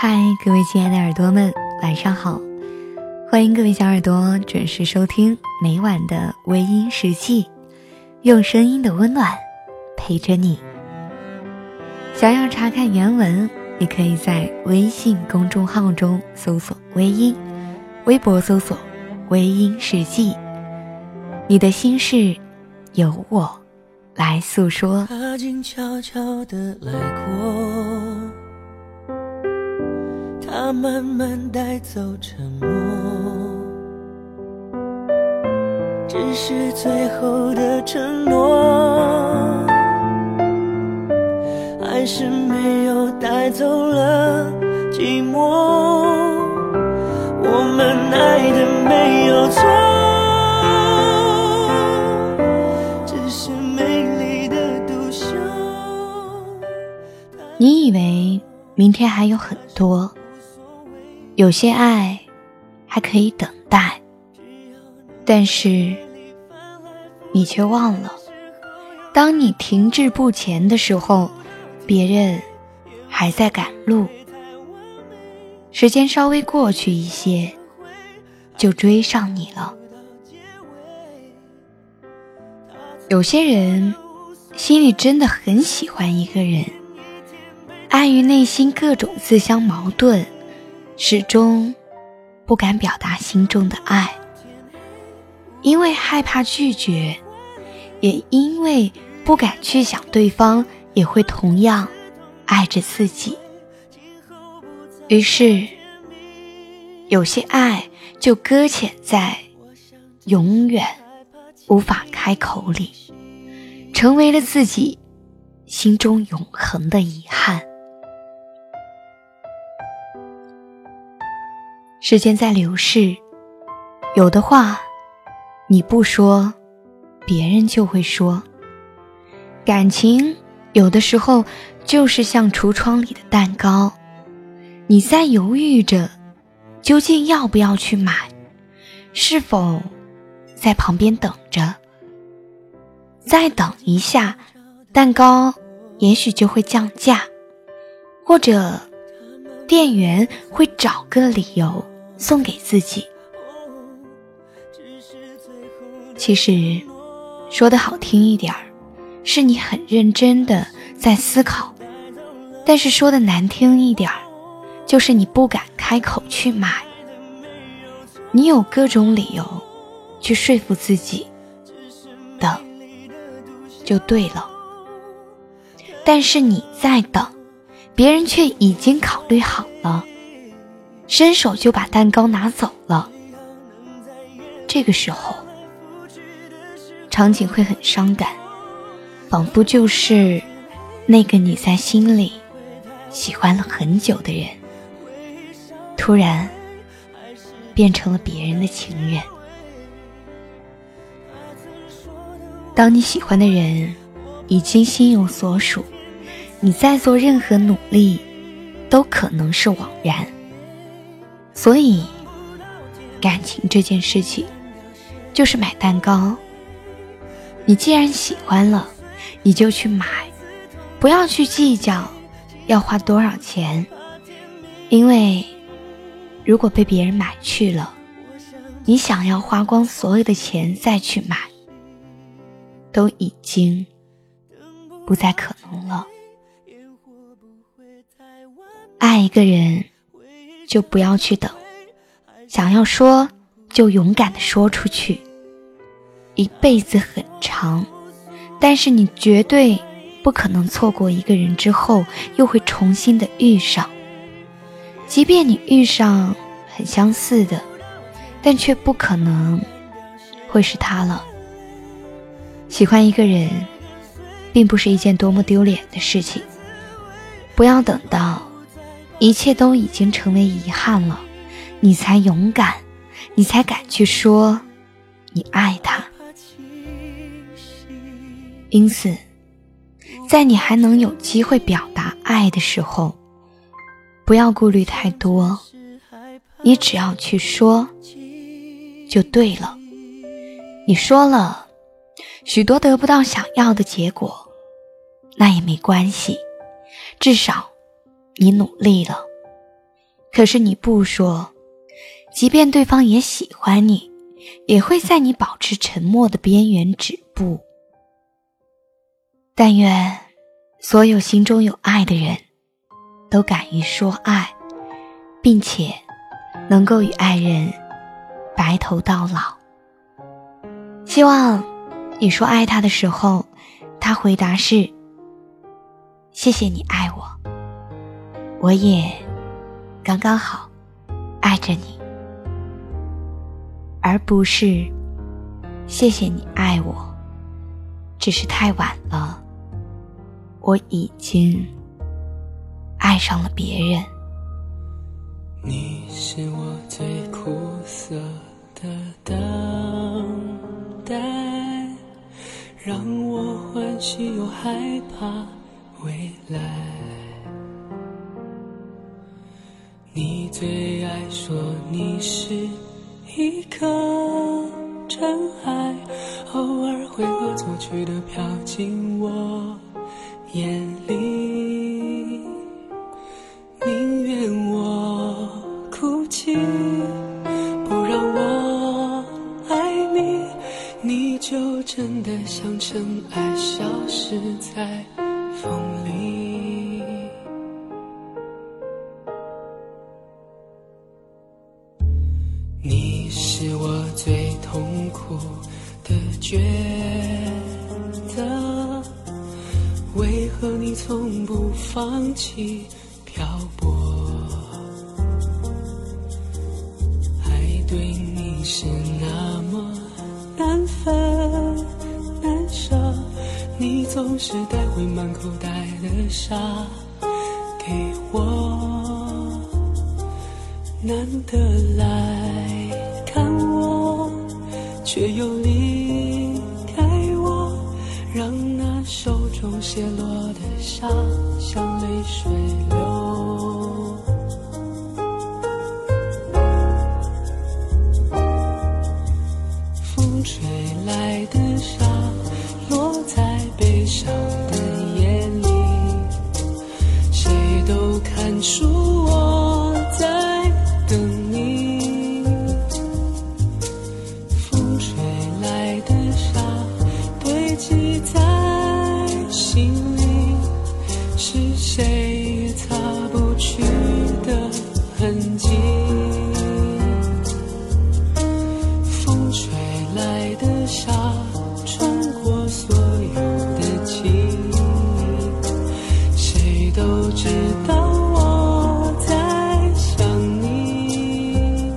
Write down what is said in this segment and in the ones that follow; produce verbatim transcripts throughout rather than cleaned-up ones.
嗨，各位亲爱的耳朵们，晚上好！欢迎各位小耳朵准时收听每晚的微音时记，用声音的温暖陪着你。想要查看原文，你可以在微信公众号中搜索微音，微博搜索微音时记。你的心事由我来诉说。 他静悄悄地来过，他慢慢带走沉默，只是最后的承诺，还是没有带走了寂寞。我们爱的没有错， 你以为明天还有很多，有些爱还可以等待，但是你却忘了，当你停滞不前的时候，别人还在赶路。时间稍微过去一些，就追上你了。有些人心里真的很喜欢一个人，碍于内心各种自相矛盾，始终不敢表达心中的爱，因为害怕拒绝，也因为不敢去想对方也会同样爱着自己。于是有些爱就搁浅在永远无法开口里，成为了自己心中永恒的遗憾。时间在流逝，有的话你不说，别人就会说。感情有的时候就是像橱窗里的蛋糕，你在犹豫着究竟要不要去买，是否在旁边等着，再等一下，蛋糕也许就会降价，或者店员会找个理由送给自己。其实说得好听一点儿，是你很认真的在思考，但是说的难听一点儿，就是你不敢开口去买。你有各种理由去说服自己，等就对了，但是你在等，别人却已经考虑好了，伸手就把蛋糕拿走了。这个时候场景会很伤感，仿佛就是那个你在心里喜欢了很久的人，突然变成了别人的情人。当你喜欢的人已经心有所属，你再做任何努力都可能是枉然。所以感情这件事情就是买蛋糕，你既然喜欢了，你就去买，不要去计较要花多少钱，因为如果被别人买去了，你想要花光所有的钱再去买，都已经不再可能了。爱一个人就不要去等，想要说就勇敢地说出去。一辈子很长，但是你绝对不可能错过一个人之后又会重新的遇上。即便你遇上很相似的，但却不可能会是他了。喜欢一个人并不是一件多么丢脸的事情，不要等到一切都已经成为遗憾了，你才勇敢，你才敢去说你爱他。因此在你还能有机会表达爱的时候，不要顾虑太多，你只要去说就对了。你说了，许多得不到想要的结果，那也没关系，至少你努力了。 可是你不说，即便对方也喜欢你，也会在你保持沉默的边缘止步。但愿所有心中有爱的人都敢于说爱，并且能够与爱人白头到老。希望你说爱他的时候，他回答是谢谢你爱我，我也刚刚好爱着你，而不是谢谢你爱我，只是太晚了，我已经爱上了别人。 你是我最苦涩的等待，让我欢喜又害怕未来。你最爱说你是一颗尘埃，偶尔会恶作剧地飘进我眼里，宁愿我哭泣，不让我爱你，你就真的像尘埃消失在风里。你是我最痛苦的抉择，为何你从不放弃漂泊？爱对你是那么难分难舍，你总是带回满口袋的沙给我，难得来看我，却又离开我，让那手中泻落的沙像泪水流。风吹来的沙落在悲伤的夜里，谁都看出我在等你。风吹来的沙堆积在心里，是谁也擦不去的痕迹。风吹来的沙穿过所有的记忆，谁都知道我在想你。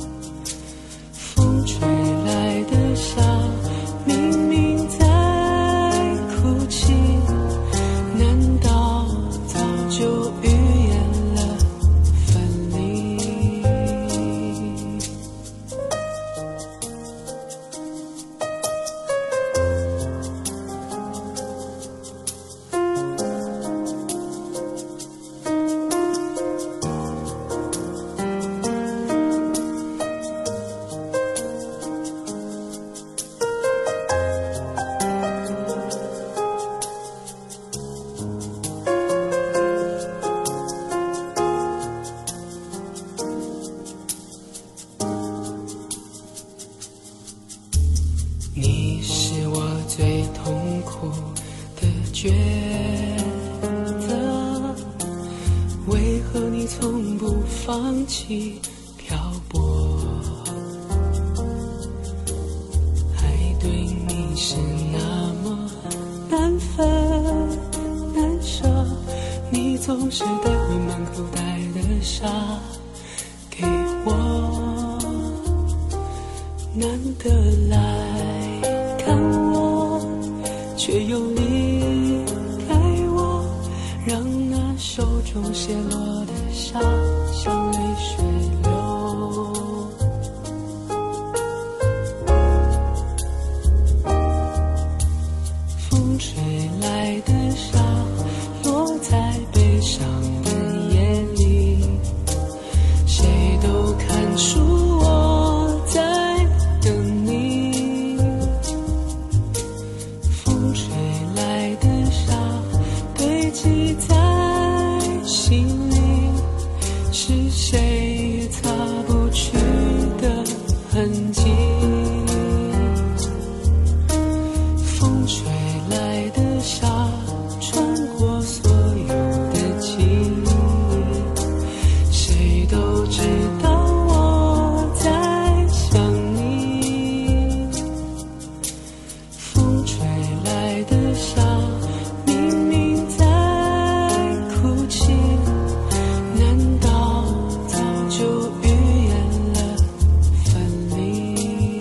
风吹来的沙明明在哭泣，难道早就预言了分离？你是我最痛苦的抉择，为何你从不放弃漂泊？爱对你是那么难分难舍，你总是带回满口袋的沙给我，难得来看我，却又离开我，让那手中泻落的沙像泪水流。风吹来的沙落在悲伤的夜里，谁都看出我在等你。风吹来的沙堆积在心里， 是谁也擦不去的痕迹。风吹来的沙穿过所有的记忆，谁都知道我在想你。风吹来的沙明明在哭泣，难道早就预言了分离？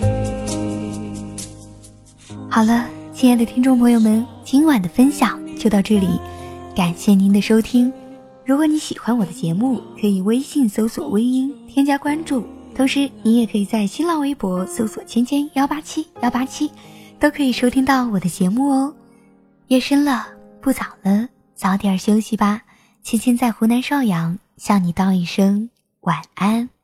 好了，亲爱的听众朋友们，今晚的分享就到这里，感谢您的收听。如果你喜欢我的节目，可以微信搜索微音添加关注，同时你也可以在新浪微博搜索芊芊幺八七幺八七，都可以收听到我的节目哦。夜深了，不早了，早点休息吧。芊芊在湖南邵阳向你道一声晚安。